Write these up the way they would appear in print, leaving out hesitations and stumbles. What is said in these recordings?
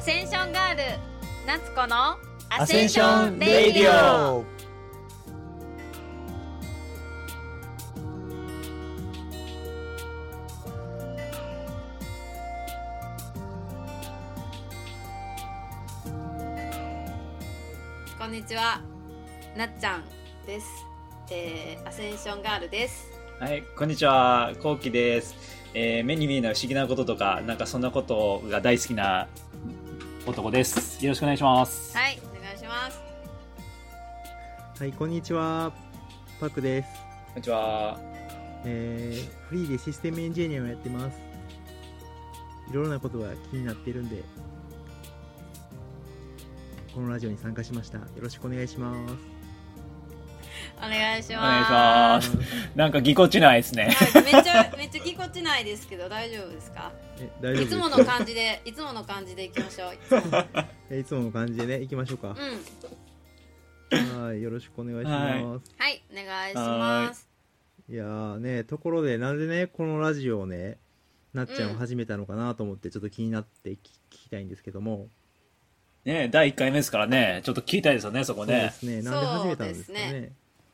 センションガール夏子のアセンションレディオ。 こんにちは、なっちゃんです。アセンションガールです。 はい、こんにちは、こうきです。目に見えない不思議なこととか、なんかそんなことが大好きな男です。よろしくお願いします。 はい、お願いします。 はい、こんにちは、パクです。 こんにちは。 フリーでシステムエンジニアをやってます。いろいろなことが気になっているんで、このラジオに参加しました。よろしくお願いします。 お願いしおます。 願いします。なんかぎこちないですね。 はい、めっちゃぎこちないですけど大丈夫ですか？ 大丈夫です。 いつもの感じでいきましょう。 いつもの感じでね、行きましょうか。はい、よろしくお願いします。 はい、お願いします。 いやーね、ところでなんでね、このラジオをね、なっちゃんを始めたのかなと思ってちょっと気になって聞きたいんですけども。 ね、第1回目ですからね、ちょっと聞きたいですよね、そこね。 そうですね、なんで始めたんですかね。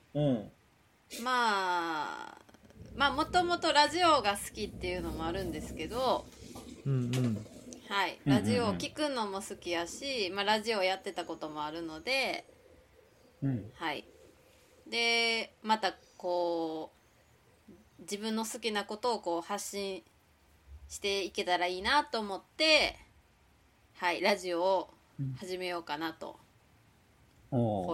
まあもともとラジオが好きっていうのもあるんですけど、はい、ラジオを聞くのも好きやし、ラジオやってたこともあるので、はい、でまたこう自分の好きなことをこう発信していけたらいいなと思って、はい、ラジオを始めようかなと。はい。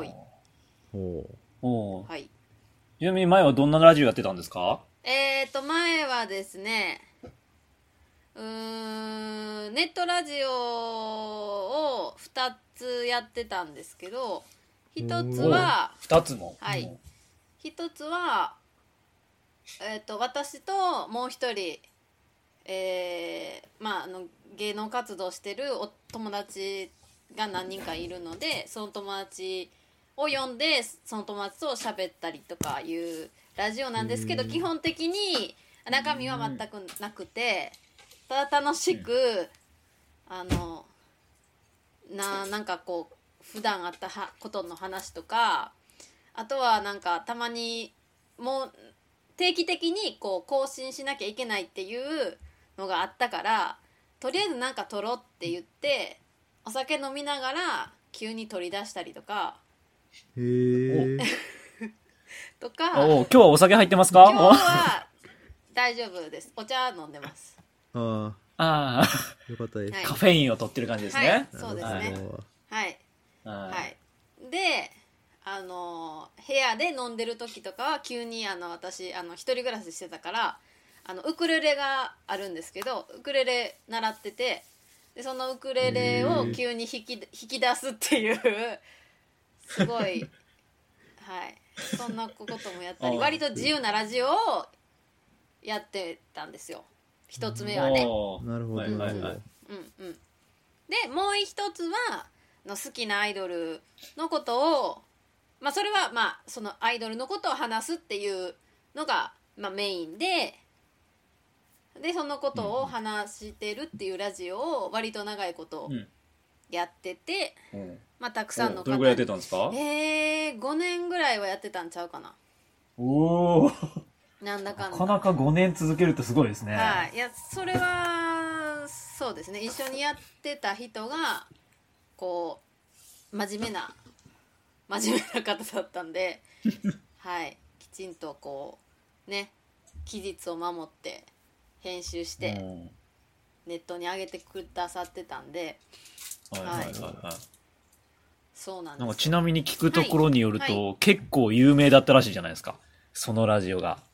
ちなみに前はどんなラジオやってたんですか？ 前はですね、ネットラジオを2つやってたんですけど、1つは 2つも、 はい、1つは私ともう一人、芸能活動してるお友達が何人かいるので、その友達を呼んでその友達と喋ったりとかいうラジオなんですけど、基本的に中身は全くなくて、ただ楽しくなんかこう普段あったことの話とか、あとはなんかたまにもう定期的にこう更新しなきゃいけないっていうのがあったから、とりあえずなんか撮ろうって言ってお酒飲みながら急に取り出したりとかとか。 今日はお酒入ってますか？ 今日は大丈夫です。お茶飲んでます。 ああ、 よかったです。 カフェインを取ってる感じですね。 はい、そうですね。はい。で、部屋で飲んでる時とかは急に私一人暮らししてたから、ウクレレがあるんですけど、ウクレレ習ってて、でそのウクレレを急に弾き出すっていうすごいはい、そんなこともやったり、割と自由なラジオをやってたんですよ、一つ目はね。 なるほど。 でもう一つは好きなアイドルのことを、それはそのアイドルのことを話すっていうのがメインで、そのことを話してるっていうラジオを割と長いことやってて、たくさんの方に。 どれぐらいやってたんですか ？5年ぐらいはやってたんちゃうかな。なんだかんだ。 なかなか5年続けるってすごいですね。 はい、いやそれはそうですね。一緒にやってた人がこう真面目な方だったんではい、きちんとこうね、期日を守って編集してネットに上げてくださってたんで、そうなんです。 なんかちなみに聞くところによると、結構有名だったらしいじゃないですか、そのラジオが。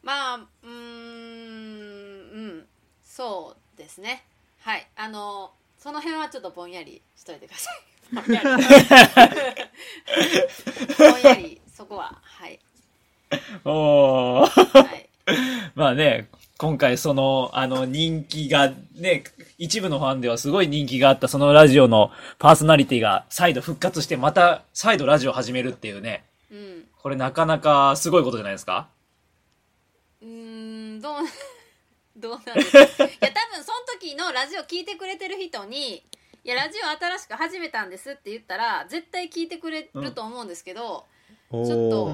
そうですね。はい、その辺はちょっとぼんやりしといてください。ぼんやりそこははいまあね、今回その人気がね、一部のファンではすごい人気があったそのラジオのパーソナリティが再度復活して、また再度ラジオ始めるっていうね、これなかなかすごいことじゃないですか？ どうなんですか？いや多分その時のラジオ聞いてくれてる人にいやラジオ新しく始めたんですって言ったら絶対聞いてくれると思うんですけど、ちょっと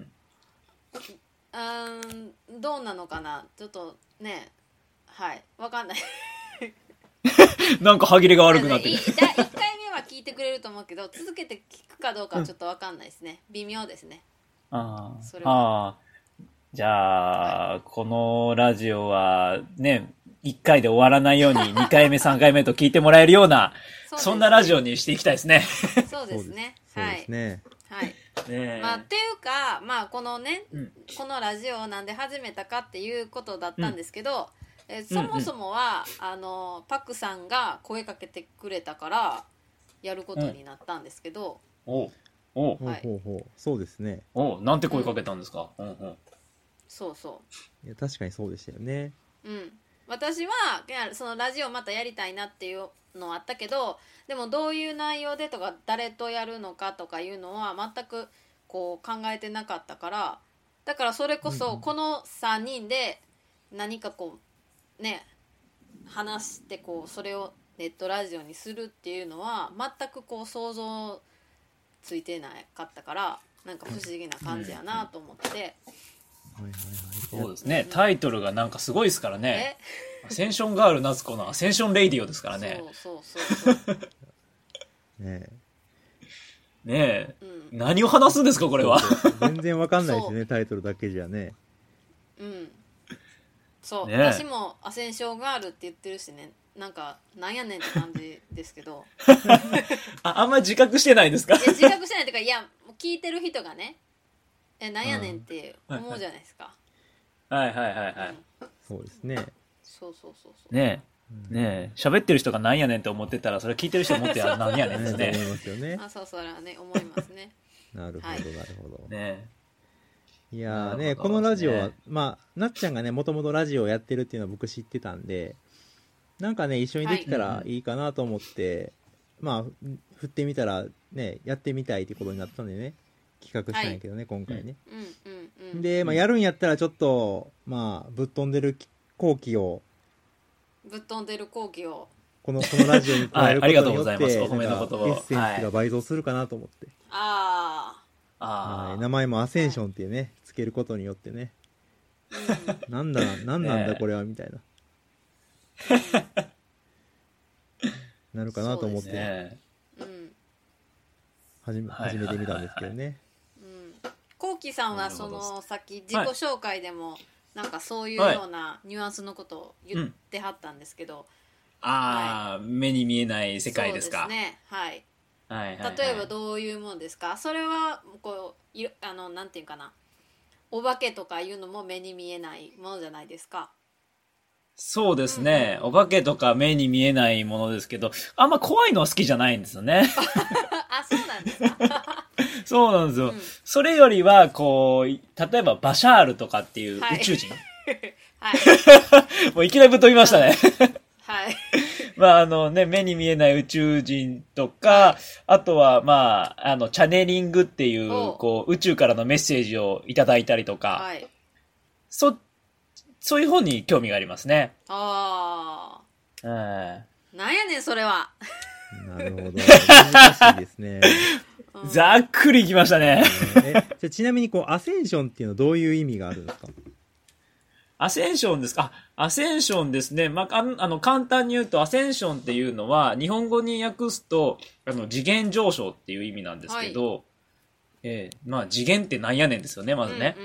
どうなのかな、ちょっとね、はいわかんないなんか歯切れが悪くなってる。 1回目は聞いてくれると思うけど続けて聞くかどうかはちょっとわかんないですね、微妙ですね。それはじゃあ、このラジオはね、1回で終わらないように2回目3回目と聞いてもらえるようなそんなラジオにしていきたいですね。 そうですね。はい。はい。まあっていうか、まあこのね、このラジオをなんで始めたかっていうことだったんですけど、そもそもはパクさんが声かけてくれたからやることになったんですけど。 そうですね。 なんて声かけたんですか。 そうそう。 いや確かにそうでしたよね。 私はそのラジオまたやりたいなっていうのはあったけど、でもどういう内容でとか誰とやるのかとかいうのは全くこう考えてなかったから、だからそれこそこの3人で何かこうね話してこうそれをネットラジオにするっていうのは全くこう想像ついてなかったから、なんか不思議な感じやなと思って。 そうですね、タイトルがなんかすごいですからね。アセンションガール夏子のアセンションレイディオですからね。そうねえ、何を話すんですかこれは。 全然わかんないですねタイトルだけじゃね。 そう、私もアセンションガールって言ってるしね、なんかなんやねんって感じですけどあんまり自覚してないですか。 自覚してないというか、いや聞いてる人がねなんやねんって思うじゃないですか。 そうですね。 そうねえ喋ってる人がなんやねんって思ってたらそれ聞いてる人思ってなんやねんですね。 思いますよね。 そうそれはね思いますね。 なるほどなるほど。 ねいやねこのラジオはまあなっちゃんがねもともとラジオをやってるっていうのは僕知ってたんで、なんかね一緒にできたらいいかなと思って、まあ振ってみたらねやってみたいってことになったんでね企画したんやけどね、今回ね。で、まあ、やるんやったらちょっとまあぶっ飛んでる後期をこのラジオに加えることによってエッセンスが倍増するかなと思って、名前もアセンションっていうねつけることによってね、なんなんだこれはみたいななるかなと思って始めてみたんですけどね。 コウキさんはそのさっき自己紹介でもなんかそういうようなニュアンスのことを言ってはったんですけど、 目に見えない世界ですか。 そうですね。例えばどういうもんですか。それはこうなんていうかな、お化けとかいうのも目に見えないものじゃないですか。 そうですね、お化けとか目に見えないものですけど、あんま怖いのは好きじゃないんですよね。 そうなんですか。 そうなんですよ、それよりはこう例えばバシャールとかっていう宇宙人、もういきなりぶっ飛びましたね。まあ目に見えない宇宙人とか、あとはまあチャネリングっていうこう宇宙からのメッセージをいただいたりとか、そういう方に興味がありますね。 なんやねんそれは。 なるほど。難しいですね。 ざっくりいきましたね。 じゃちなみにこうアセンションっていうのはどういう意味があるんですか。 アセンションですか。アセンションですね。まあ、簡単に言うとアセンションっていうのは日本語に訳すと次元上昇っていう意味なんですけど、まあ次元ってなんやねんですよね、まずね。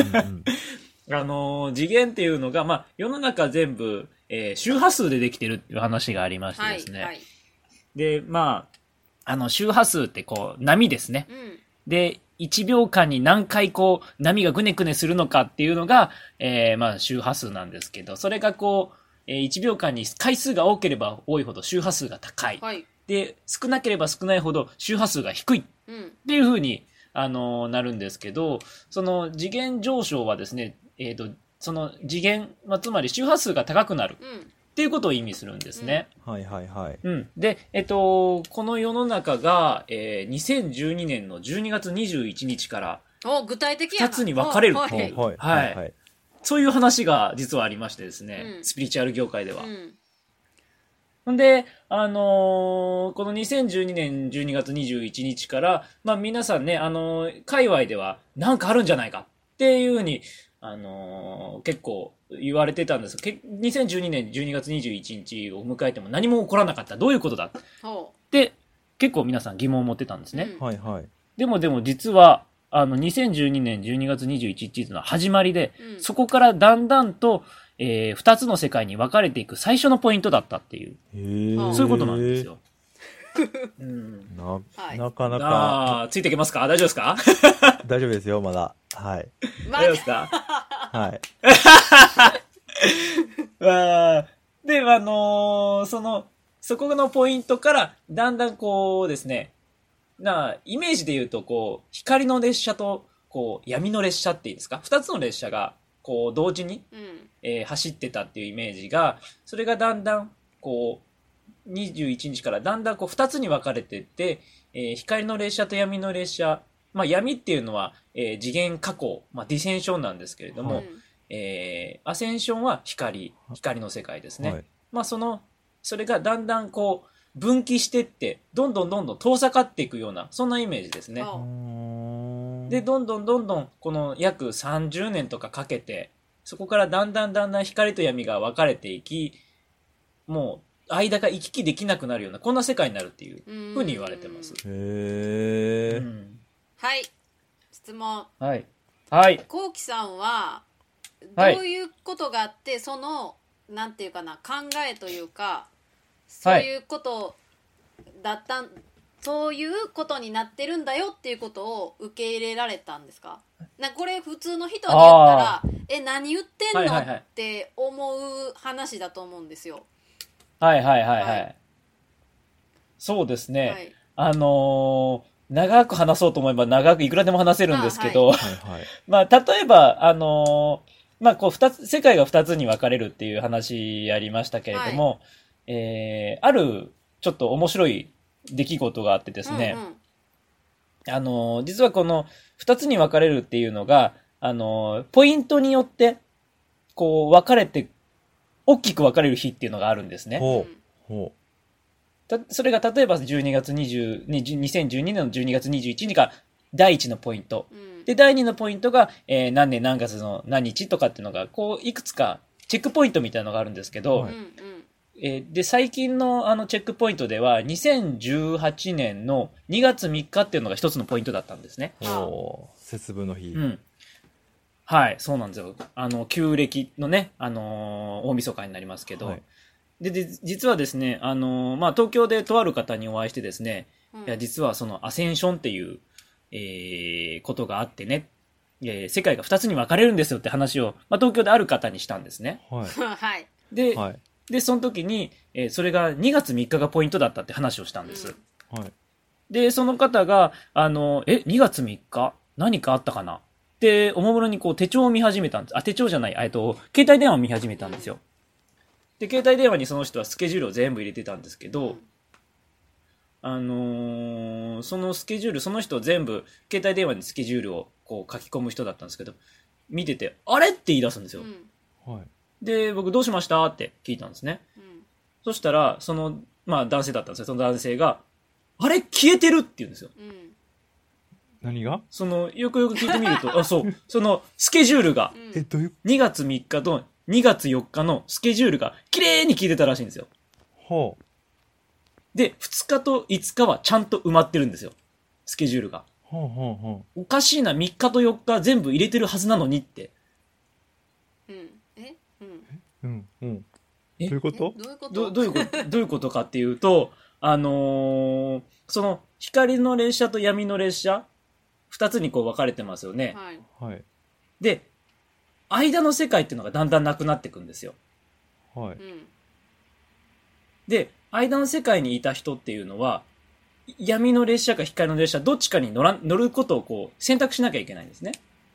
次元っていうのが、まあ、世の中全部、周波数でできてるっていう話がありましてですね。で、まあ、周波数ってこう、波ですね。で、1秒間に何回こう、波がぐねぐねするのかっていうのが、まあ、周波数なんですけど、それがこう、1秒間に回数が多ければ多いほど周波数が高い。で、少なければ少ないほど周波数が低い。っていう風に、なるんですけど、その次元上昇はですね、その次元、まあ、つまり周波数が高くなるっていうことを意味するんですね。で、この世の中が、2012年の12月21日から具体的やな 2つに分かれるっていう、そういう話が実はありましてですね、スピリチュアル業界では。 ほんで、この2012年12月21日から、まあ皆さんね、界隈ではなんかあるんじゃないかっていうふうに、結構言われてたんですけど、2012年12月21日を迎えても何も起こらなかった。どういうことだって結構皆さん疑問を持ってたんですね。 はいはい。 でも実は、2012年12月21日の始まりで、そこからだんだんと、二つの世界に分かれていく最初のポイントだったっていう、そういうことなんですよ。 なかなか。 ついていけますか？大丈夫ですか？ 大丈夫ですよ、まだ。はい。 大丈夫ですか？ はい。 で、そこのポイントから、だんだんこうですね、イメージで言うと、こう、光の列車と、こう、闇の列車っていうんですか？二つの列車が、こう、同時に、走ってたっていうイメージが、それがだんだん、こう、21日からだんだんこう、二つに分かれていって、光の列車と闇の列車、まあ、闇っていうのは、次元下降、まあ、ディセンションなんですけれども、アセンションは光の世界ですね。はい、まあ、それがだんだんこう、分岐してって、どんどん遠ざかっていくような、そんなイメージですね。で、どんどん、この約30年とかかけて、そこからだんだん光と闇が分かれていき、もう、間が行き来できなくなるような、こんな世界になるっていうふうに言われてます。 へー。 はい。質問。 はい。はい。 こうきさんは、どういうことがあって、その、なんていうかな、考えというか、そういうことだった、そういうことになってるんだよっていうことを受け入れられたんですか？これ普通の人に言ったら何言ってんの、って思う話だと思うんですよ。 はい。そうですね。長く話そうと思えば長くいくらでも話せるんですけど、まあ例えばまあこう世界が二つに分かれるっていう話ありましたけれども、あるちょっと面白い出来事があってですね、実はこの二つに分かれるっていうのが、ポイントによって、こう分かれて、大きく分かれる日っていうのがあるんですね。それが例えば2012年の12月21日が第1のポイント。で、第2のポイントが、何年何月の何日とかっていうのが、こう、いくつかチェックポイントみたいなのがあるんですけど、で、最近のチェックポイントでは、2018年の2月3日っていうのが一つのポイントだったんですね。 節分の日。 はい、そうなんですよ。旧暦のね、大晦日になりますけど、で、実はですね、まあ、東京でとある方にお会いしてですね、いや、実はそのアセンションっていう、ことがあってね、世界が2つに分かれるんですよって話を、まあ、東京である方にしたんですね。で、その時に、それが2月3日がポイントだったって話をしたんです。で、その方が、2月3日何かあったかなっておもむろにこう手帳を見始めたんです。手帳じゃない、携帯電話を見始めたんですよ。で、携帯電話にその人はスケジュールを全部入れてたんですけど、そのスケジュール、その人全部、携帯電話にスケジュールをこう書き込む人だったんですけど、見てて、あれって言い出すんですよ。で、僕どうしましたって聞いたんですね。そしたら、まあ男性だったんですよ。その男性が、あれ消えてるって言うんですよ。 何が？ よくよく聞いてみると、そのスケジュールが、2月3日と2月4日のスケジュールが綺麗に消えてたらしいんですよ。で、2日と5日はちゃんと埋まってるんですよ。スケジュールが。おかしいな、3日と4日全部入れてるはずなのにって。 どういうこと？ どういうことかっていうと、その光の列車と闇の列車、2つにこう分かれてますよね。で、間の世界っていうのがだんだんなくなっていくんですよ。で、間の世界にいた人っていうのは、闇の列車か光の列車、どっちかに乗ることをこう選択しなきゃいけないんですね。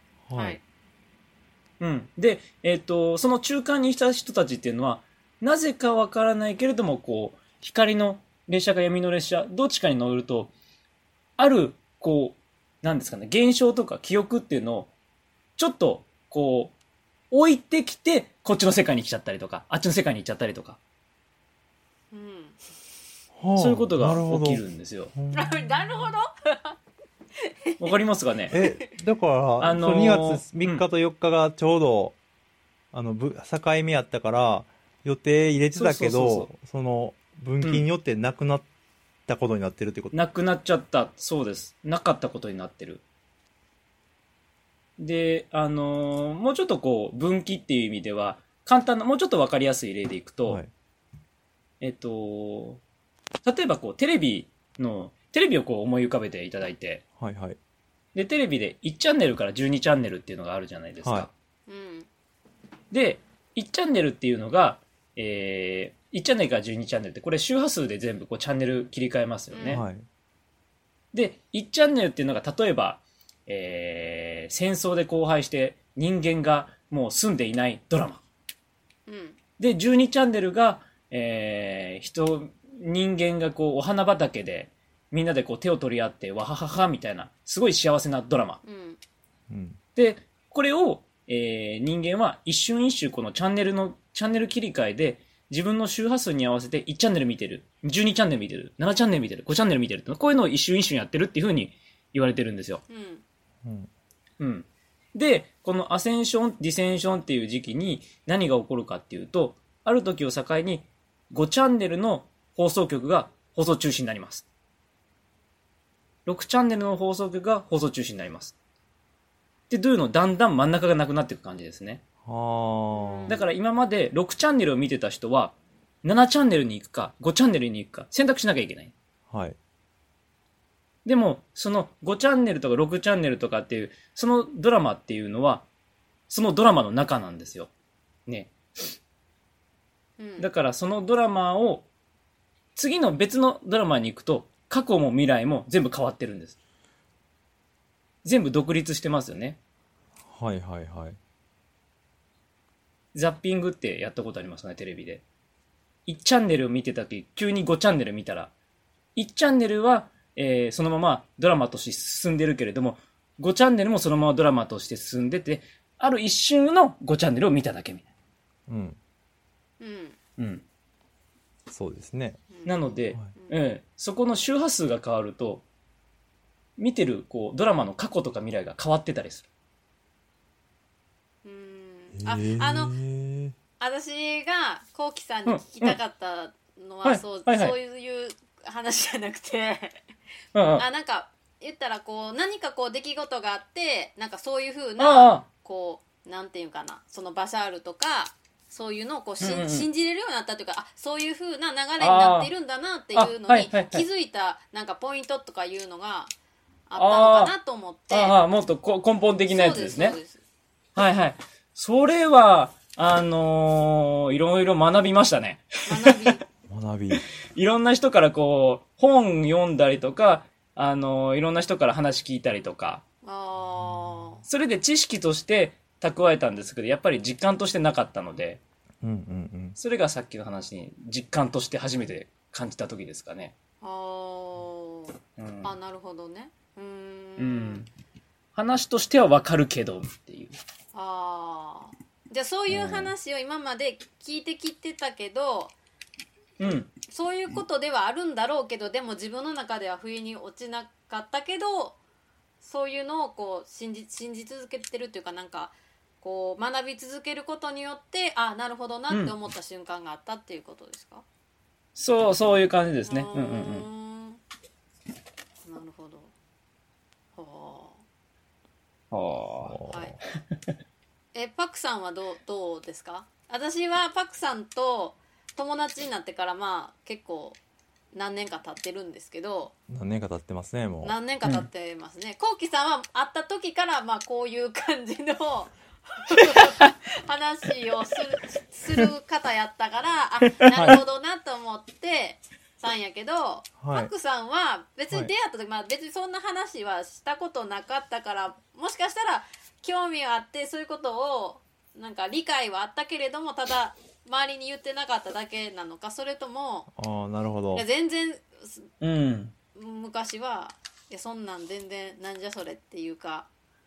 で、その中間にいた人たちっていうのは、なぜかわからないけれども、こう、光の列車か闇の列車、どっちかに乗ると、ある、こう、なんですかね、現象とか記憶っていうのを、ちょっと、こう、置いてきて、こっちの世界に来ちゃったりとか、あっちの世界に行っちゃったりとか。 そういうことが起きるんですよ。 なるほど。 わかりますかね。 だから、2月3日と4日がちょうど、境目やったから、予定入れてたけど、その分岐によってなくなったことになってるってこと、 なくなっちゃった。そうです。なかったことになってる。で、もうちょっとこう、分岐っていう意味では、簡単な、もうちょっとわかりやすい例でいくと、はい、例えばこう、テレビをこう思い浮かべていただいて、 はいはい。 で、テレビで1チャンネルから12チャンネルっていうのがあるじゃないですか。はい、で、1チャンネルっていうのが、1チャンネルから12チャンネルって、これ周波数で全部こうチャンネル切り替えますよね。はい、で、1チャンネルっていうのが、例えば、戦争で荒廃して人間がもう住んでいないドラマ。で、12チャンネルが、人間がこうお花畑でみんなでこう手を取り合ってわはははみたいなすごい幸せなドラマ。で、これを、人間は一瞬一瞬このチャンネル切り替えで自分の周波数に合わせて1チャンネル見てる、12チャンネル見てる、7チャンネル見てる、5チャンネル見てるって、こういうのを一瞬一瞬やってるっていう風に言われてるんですよ。で、このアセンション、ディセンションっていう時期に何が起こるかっていうと、ある時を境に5チャンネルの放送局が放送中止になります。6チャンネルの放送局が放送中止になります。で、どういうのだんだん真ん中がなくなっていく感じですね。だから今まで6チャンネルを見てた人は、7チャンネルに行くか、5チャンネルに行くか、選択しなきゃいけない。 はい。 でも、その5チャンネルとか6チャンネルとかっていう、そのドラマっていうのは、そのドラマの中なんですよ。ね。だからそのドラマを、次の別のドラマに行くと、過去も未来も全部変わってるんです。全部独立してますよね。 はいはいはい。 ザッピングってやったことありますかね、テレビで。1チャンネルを見てた時、急に5チャンネル見たら、1チャンネルは、そのままドラマとして進んでるけれども、5チャンネルもそのままドラマとして進んでて、ある一瞬の5チャンネルを見ただけみたいな。 そうですね。 なので、そこの周波数が変わると、見てるこうドラマの過去とか未来が変わってたりする。 私がこうきさんに聞きたかったのは、そういう話じゃなくてなんか言ったらこう何かこう出来事があって、なんかそういう風なこうなんていうかな、そのバシャールとかそういうのをこう信じれるようになったというか、そういう風な流れになっているんだなっていうのに気づいたなんかポイントとかいうのがあったのかなと思って。 もっと根本的なやつですね。はいはい。それは、いろいろ学びましたね。 学び。 いろんな人からこう、本読んだりとか、いろんな人から話聞いたりとか。それで知識として蓄えたんですけど、やっぱり実感としてなかったので、それがさっきの話に実感として初めて感じた時ですかね。 なるほどね。 話としてはわかるけどっていう。 じゃあそういう話を今まで聞いてきてたけど、そういうことではあるんだろうけど、でも自分の中では不意に落ちなかったけど、そういうのをこう信じ続けてるっていうか、なんかこう学び続けることによって、なるほどなって思った瞬間があったっていうことですか？ そういう感じですね。なるほど。 はい。 パクさんはどうですか？私はパクさんと友達になってから結構何年か経ってるんですけど。 何年か経ってますね、もう。 何年か経ってますね。こうきさんは会った時からこういう感じの話をする方やったからなるほどなと思ってたんやけど、パクさんは別に出会った時、別にそんな話はしたことなかったから、もしかしたら興味があってそういうことをなんか理解はあったけれども、ただ周りに言ってなかっただけなのか、それともなるほど、 いや全然、昔はいやそんなん全然なんじゃそれっていうか、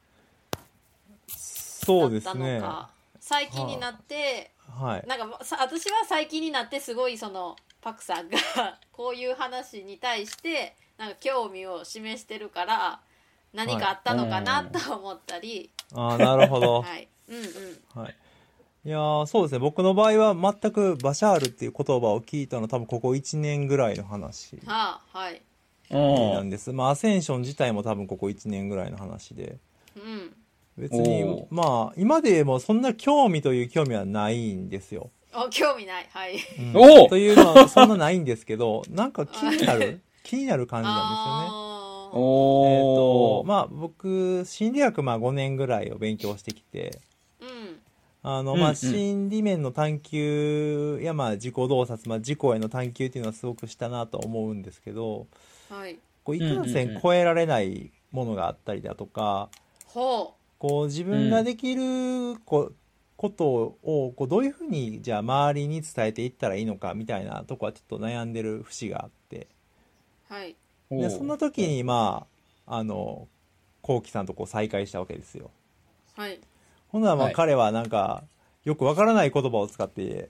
そうですね、 最近になって、なんか私は最近になってすごいそのパクさんがこういう話に対してなんか興味を示してるから何かあったのかなと思ったり、 ああ、なるほど。 はい、うんうん、 はい。いやー、そうですね。僕の場合は全くバシャールっていう言葉を聞いたのは多分ここ1年ぐらいの話はあ、はい、 なんです。まあ、アセンション自体も多分ここ1年ぐらいの話で。 うん、 別に、まあ、今でもそんな興味という興味はないんですよ。 興味ない。はい。 うん、というのはそんなないんですけど、なんか気になる気になる感じなんですよね。まあ、僕、心理学まあ5年ぐらいを勉強してきて、 うん、 まあ、心理面の探求や、まあ、自己洞察、まあ、自己への探求っていうのはすごくしたなと思うんですけど、 はい。 こういかんせん超えられないものがあったりだとか、こう自分ができることをこうどういうふうにじゃあ周りに伝えていったらいいのかみたいなとこはちょっと悩んでる節があって、 はい。 でそんな時にまあこうきさんとこう再会したわけですよ。 はい。 ほんならまあ彼はなんかよくわからない言葉を使って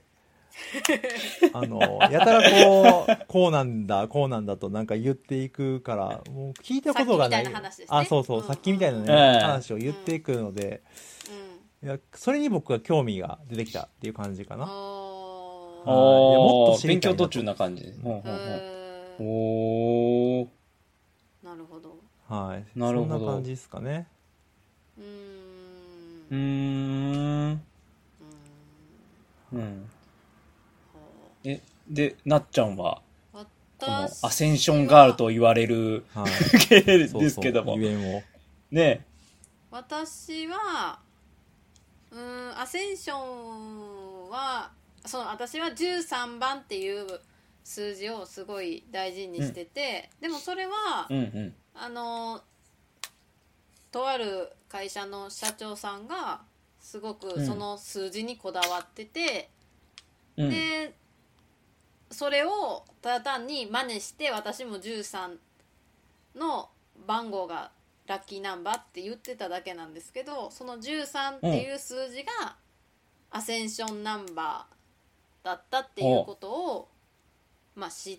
やたらこうなんだとなんか言っていくから、もう聞いたことがない。 さっきみたいな話ですね。 あ、そうそう、さっきみたいなね、話を言っていくので、いや、それに僕は興味が出てきたっていう感じかな。 もっと知りたいなと。勉強途中な感じ。おー。 なるほど。 はい。なるほど。そんな感じですかね。 うん。で、なっちゃんはこのアセンションガールと言われる系ですけども、ね。 私はアセンションは私は13番っていう数字をすごい大事にしてて、でもそれは、とある会社の社長さんがすごくその数字にこだわってて、でそれをただ単に真似して私も13の番号がラッキーナンバーって言ってただけなんですけど、その13っていう数字がアセンションナンバーだったっていうことを、まあ、知って、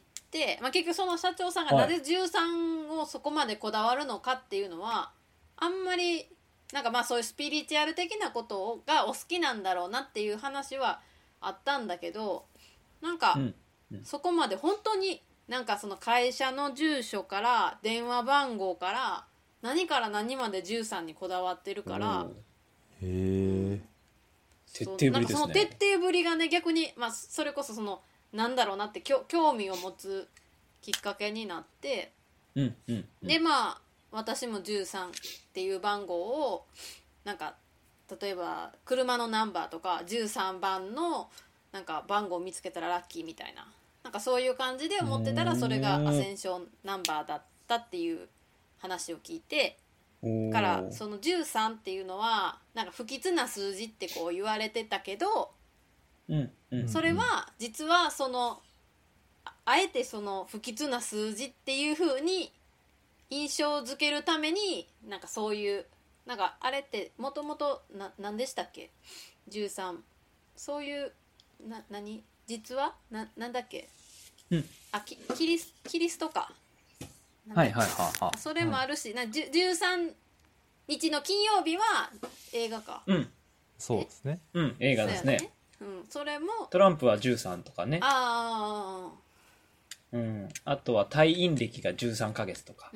まあ、結局その社長さんがなぜ13をそこまでこだわるのかっていうのはあんまりなんかまあそういうスピリチュアル的なことがお好きなんだろうなっていう話はあったんだけど、なんかそこまで本当になんかその会社の住所から電話番号から何から何まで13にこだわってるから、 へえ、 徹底ぶりですね。なんかその徹底ぶりがね、逆にまあそれこそそのなんだろうなって興味を持つきっかけになって、でまあ私も13っていう番号をなんか例えば車のナンバーとか13番のなんか番号を見つけたらラッキーみたいな、なんかそういう感じで思ってたらそれがアセンションナンバーだったっていう話を聞いてからその13っていうのはなんか不吉な数字ってこう言われてたけど、それは実はそのあえてその不吉な数字っていう風に印象づけるためになんかそういうなんかあれってもともと何でしたっけ13、そういう何実はなんだっけ、あキリストか、それもあるし、13日の金曜日は映画か、 そうですね、 映画ですね。 それもトランプは13とかね。 あとは退院歴が13ヶ月とか、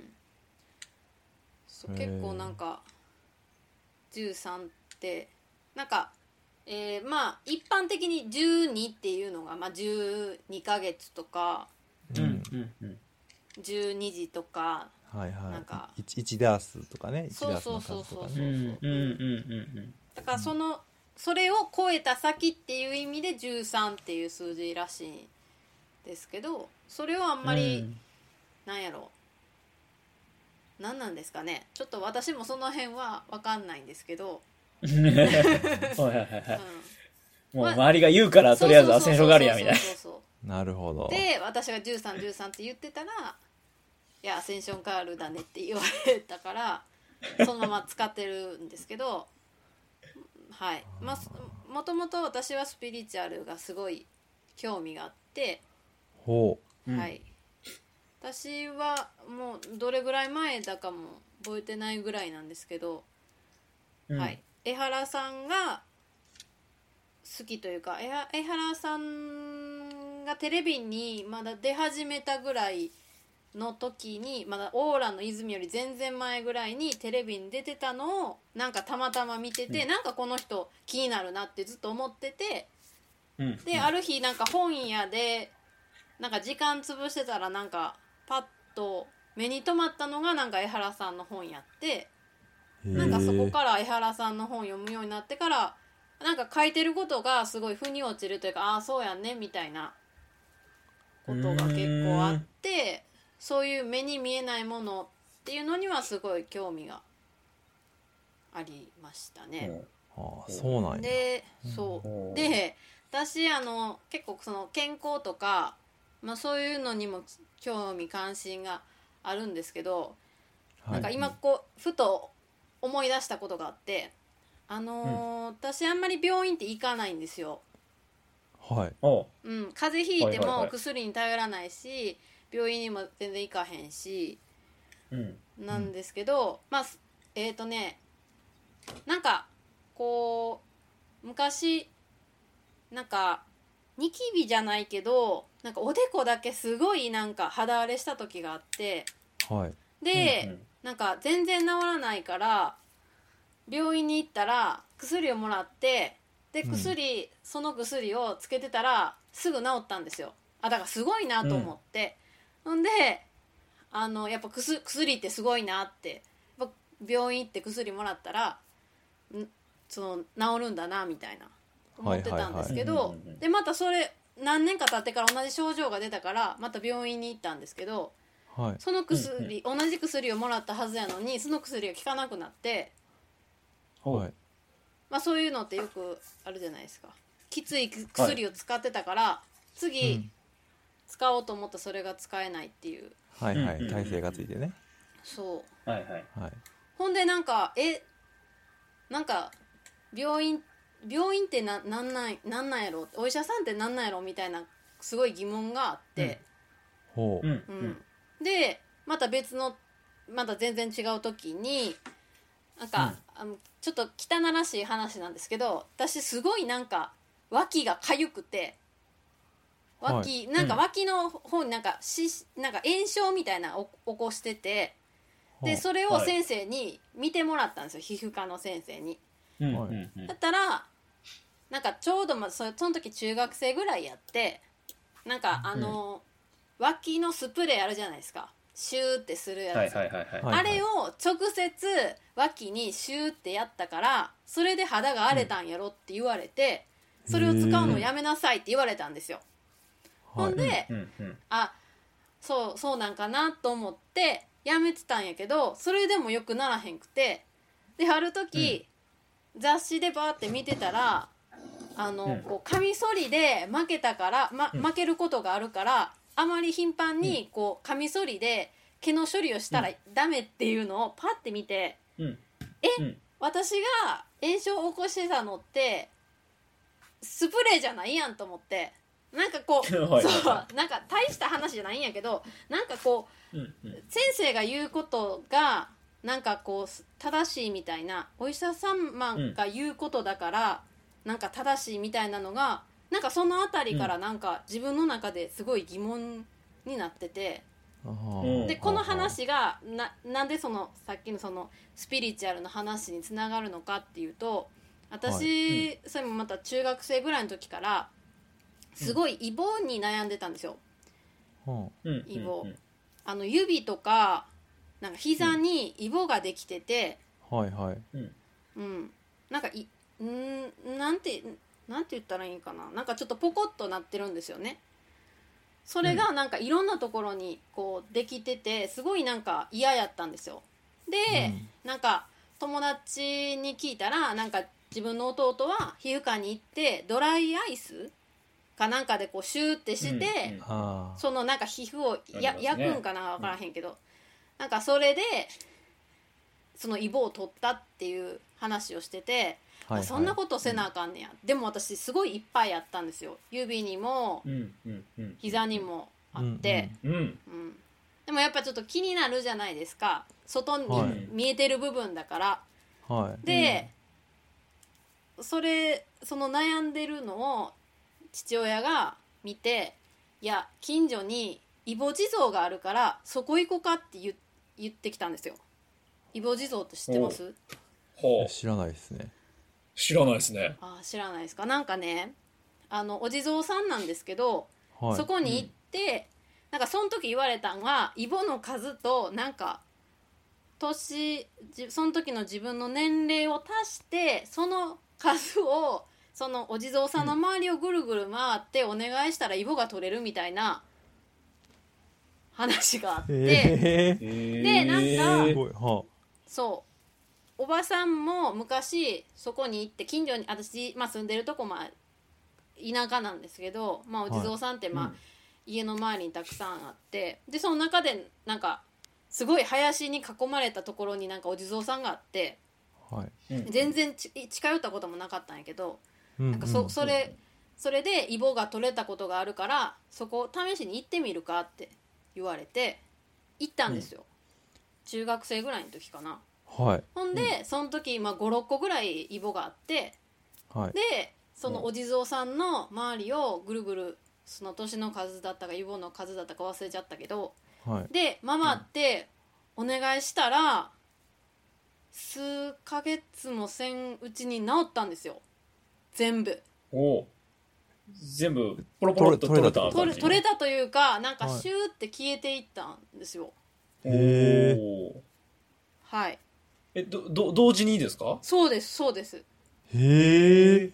結構なんか13ってなんかまあ一般的に12っていうのが、まあ、12ヶ月とか、12時とか、 なんか1ダースとかね、1ダースの数とかね。 だからそれを超えた先っていう意味で13っていう数字らしいんですけど、それはあんまり、なんやろ何なんですかね、ちょっと私もその辺は分かんないんですけどもう周りが言うからとりあえずアセンションがあるやみたいな。なるほど。 で私が13って言ってたらいやアセンションガールだねって言われたからそのまま使ってるんですけどはい、もともと私はスピリチュアルがすごい興味があって、 ほうんはい、私はもうどれぐらい前だかも覚えてないぐらいなんですけど、 うんはい、江原さんが好きというか、江原さんがテレビにまだ出始めたぐらいの時に、まだオーラの泉より全然前ぐらいにテレビに出てたのをなんかたまたま見てて、なんかこの人気になるなってずっと思ってて、 うんである日なんか本屋でなんか時間潰してたらなんかパッと目に留まったのがなんか江原さんの本やって、 う。 なんかそこら。 から江原さんの本読むようになってからなんか書いてることがすごい腑に落ちるというか、ああそうやんねみたいなことが結構あって、そういう目に見えないものっていうのにはすごい興味がありましたね。 ああ、そうなんや。 でそうで私結構その健康とか、まあ、そういうのにも興味関心があるんですけど、なんか今こうふと思い出したことがあって、私あんまり病院って行かないんですよ。 はい。 風邪ひいてもはいはいはい薬に頼らないし、病院にも全然行かへんし、なんですけど、まあなんかこう昔なんかニキビじゃないけどなんかおでこだけすごいなんか肌荒れした時があって、 はいで、なんか全然治らないから病院に行ったら薬をもらって、でその薬をつけてたらすぐ治ったんですよ。だからすごいなと思って、ほんでやっぱ薬ってすごいなって、やっぱ病院行って薬もらったら治るんだなみたいな思ってたんですけど、でまたそれ何年か経ってから同じ症状が出たからまた病院に行ったんですけど、その薬、同じ薬をもらったはずやのにその薬が効かなくなって、まあ、そういうのってよくあるじゃないですか。きつい薬を使ってたから、次、使おうと思ったそれが使えないっていう、 体勢がついてね。 そう、 ほんでなんか病院ってなんなんやろ、お医者さんってなんなんやろみたいなすごい疑問があって、でまたまた全然違う時になんか、ちょっと汚らしい話なんですけど、私すごいなんか脇が痒くて、なんか脇の方になんか炎症みたいなのを起こしてて、でそれを先生に見てもらったんですよ、皮膚科の先生に。だったらなんかちょうどその時中学生ぐらいやって、なんか脇のスプレーあるじゃないですか、シューってするやつ、あれを直接脇にシューってやったからそれで肌が荒れたんやろって言われて、それを使うのやめなさいって言われたんですよ。ほんで、そうなんかなと思ってやめてたんやけど、それでもよくならへんくて、である時、雑誌でバーって見てたらこうカミソリで負けたから、負けることがあるからあまり頻繁にこうカミソリで毛の処理をしたらダメっていうのをパッて見て、私が炎症を起こしてたのってスプレーじゃないやんと思って、なんかこうそうなんか大した話じゃないんやけど、なんかこう、先生が言うことがなんかこう正しいみたいな、お医者様が言うことだからなんか正しいみたいなのが、なんかそのあたりからなんか自分の中ですごい疑問になってて、でこの話がなんでさっきのそのスピリチュアルの話につながるのかっていうと、私、それもまた中学生ぐらいの時からすごいイボに悩んでたんですよ。イボ、指とかなんか膝にイボができてて、なんかなんて言ったらいいかな、なんかちょっとポコッとなってるんですよね。それがなんかいろんなところにこうできてて、すごいなんか嫌やったんですよ。で、なんか友達に聞いたら、なんか自分の弟は皮膚科に行ってドライアイスかなんかでこうシューってして、そのなんか皮膚を焼くんかな分からへんけど、なんかそれでそのイボを取ったっていう話をしてて、そんなことせなあかんねや、でも私すごいいっぱいあったんですよ。指にも膝にもあって、でもやっぱちょっと気になるじゃないですか、外に見えてる部分だから、 はい、 で、その悩んでるのを父親が見て、いや近所にイボ地蔵があるからそこ行こうかって言ってきたんですよ。イボ地蔵って知ってます？ 知らないですね。 知らないですね。 知らないですか。なんかね、お地蔵さんなんですけど、はい、そこに行って、なんかその時言われたのは、イボの数となんかその時の自分の年齢を足して、その数をそのお地蔵さんの周りをぐるぐる回ってお願いしたらイボが取れるみたいな話があって、でなんか、そうおばさんも昔そこに行って、近所に私、住んでるとこ、田舎なんですけど、お地蔵さんって家の周りにたくさんあって、でその中でなんかすごい林に囲まれたところになんかお地蔵さんがあって、全然近寄ったこともなかったんやけど、なんかそれでイボが取れたことがあるから、そこを試しに行ってみるかって言われて行ったんですよ、中学生ぐらいの時かな。ほんでその時、5、6個ぐらいイボがあって、でそのお地蔵さんの周りをぐるぐる、その年の数だったかイボの数だったか忘れちゃったけど、で回ってお願いしたら、数ヶ月もせんうちに治ったんですよ、全部。 全部ポロポロっと取れた取れたというか、なんかシューって消えていったんですよ。はい。 同時にですか？ そうですそうです。 へえ。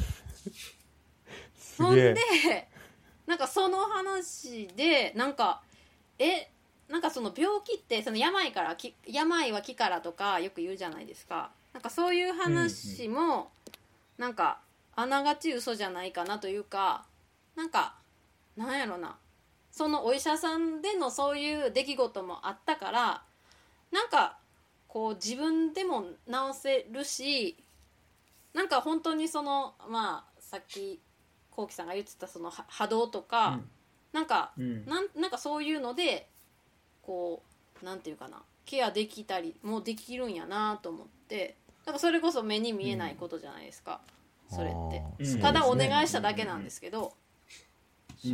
そんでなんかその話でなんかその病気ってその病は気からとかよく言うじゃないですか。なんかそういう話もなんかあながち嘘じゃないかなというか、なんやろな、そのお医者さんでのそういう出来事もあったから、なんかこう自分でも治せるし、なんか本当にそのさっきこうきさんが言ってたその波動とか、なんかそういうのでこうなんていうかな、ケアできたりもできるんやなと思って、だからそれこそ目に見えないことじゃないですか、それってただお願いしただけなんですけど、そう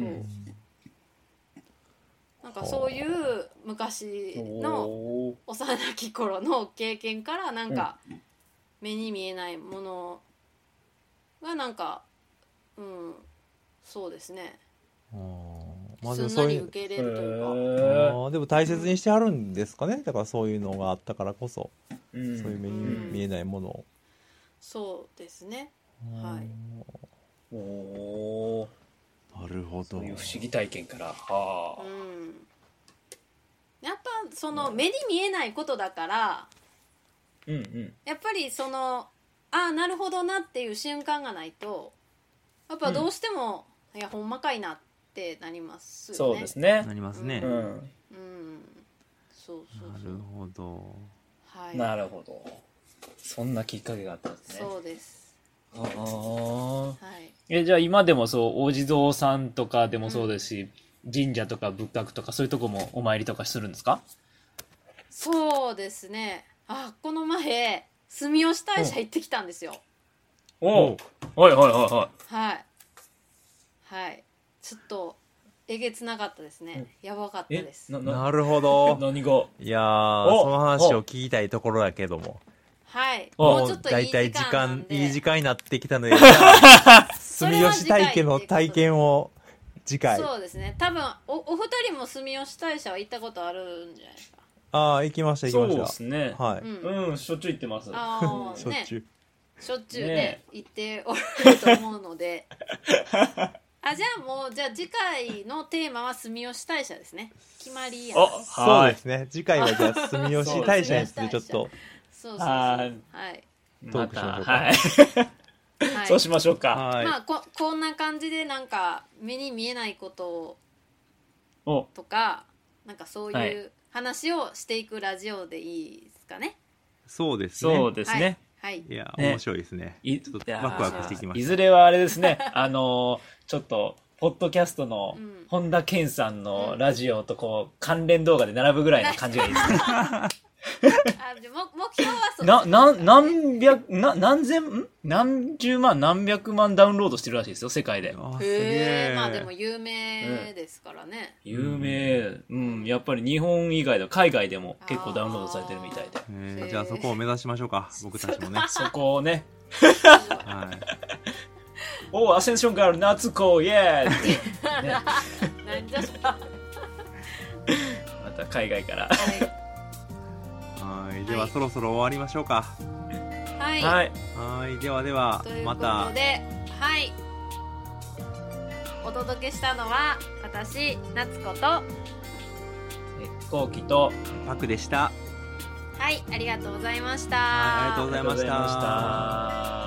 なんかそういう昔の幼き頃の経験からなんか目に見えないものがなんかそうですね、すんなり受け入れるというか、 でも大切にしてあるんですかね。だからそういうのがあったからこそ、そういう目に見えないものを、 そうですね、はい。 なるほど。 そういう不思議体験から、 やっぱその目に見えないことだから、やっぱりそのなるほどなっていう瞬間がないと、やっぱどうしても、いやほんまかいなってなりますよね。 そうですね。 なりますね。 そうなるほど。 はい。 なるほど。そんなきっかけがあったんですね。 そうです。 はい。じゃあ今でもそうお地蔵さんとかでもそうですし、神社とか仏閣とかそういうとこもお参りとかするんですか？ そうですね。この前住吉大社行ってきたんですよ。 はいちょっとえげつなかったですね。やばかったです。 なるほど。 何が？ いやー、その話を聞きたいところだけども。 はい。もうちょっといい時間なんで。 いい時間になってきたので、住吉大家の体験を次回。 そうですね。多分お二人も住吉大社は行ったことあるんじゃないですか。 行きました。 そうですね。 はい。 しょっちゅう行ってます。 しょっちゅうね行っておられると思うので。じゃあ次回のテーマは住吉大社ですね。決まりやな。 そうですね。次回はじゃあ住吉大社についてちょっとはい。 トークしましょうか。 はい。そうしましょうか。 こんな感じでなんか目に見えないこととかなんかそういう話をしていくラジオでいいですかね。 そうですね。 そうですね。 はい。 いや面白いですね。ちょっとワクワクしてきました。 いずれはあれですね。ちょっとポッドキャストの本田健さんのラジオとこう関連動画で並ぶぐらいの感じがいいですね。 目標は何十万何百万ダウンロードしてるらしいですよ、世界で。 まあでも有名ですからね。 有名、やっぱり日本以外では海外でも結構ダウンロードされてるみたいで。じゃあそこを目指しましょうか、僕たちもね。 そこをね。 はい。 アセンションガール夏子イエーイ。 なんじゃそら。 また海外から。 はい、ではそろそろ終わりましょうか。 はい。 はい、ではまた。ということで、はい。お届けしたのは私夏子とこうきとパクでした。 はい、ありがとうございました。 はい、ありがとうございました。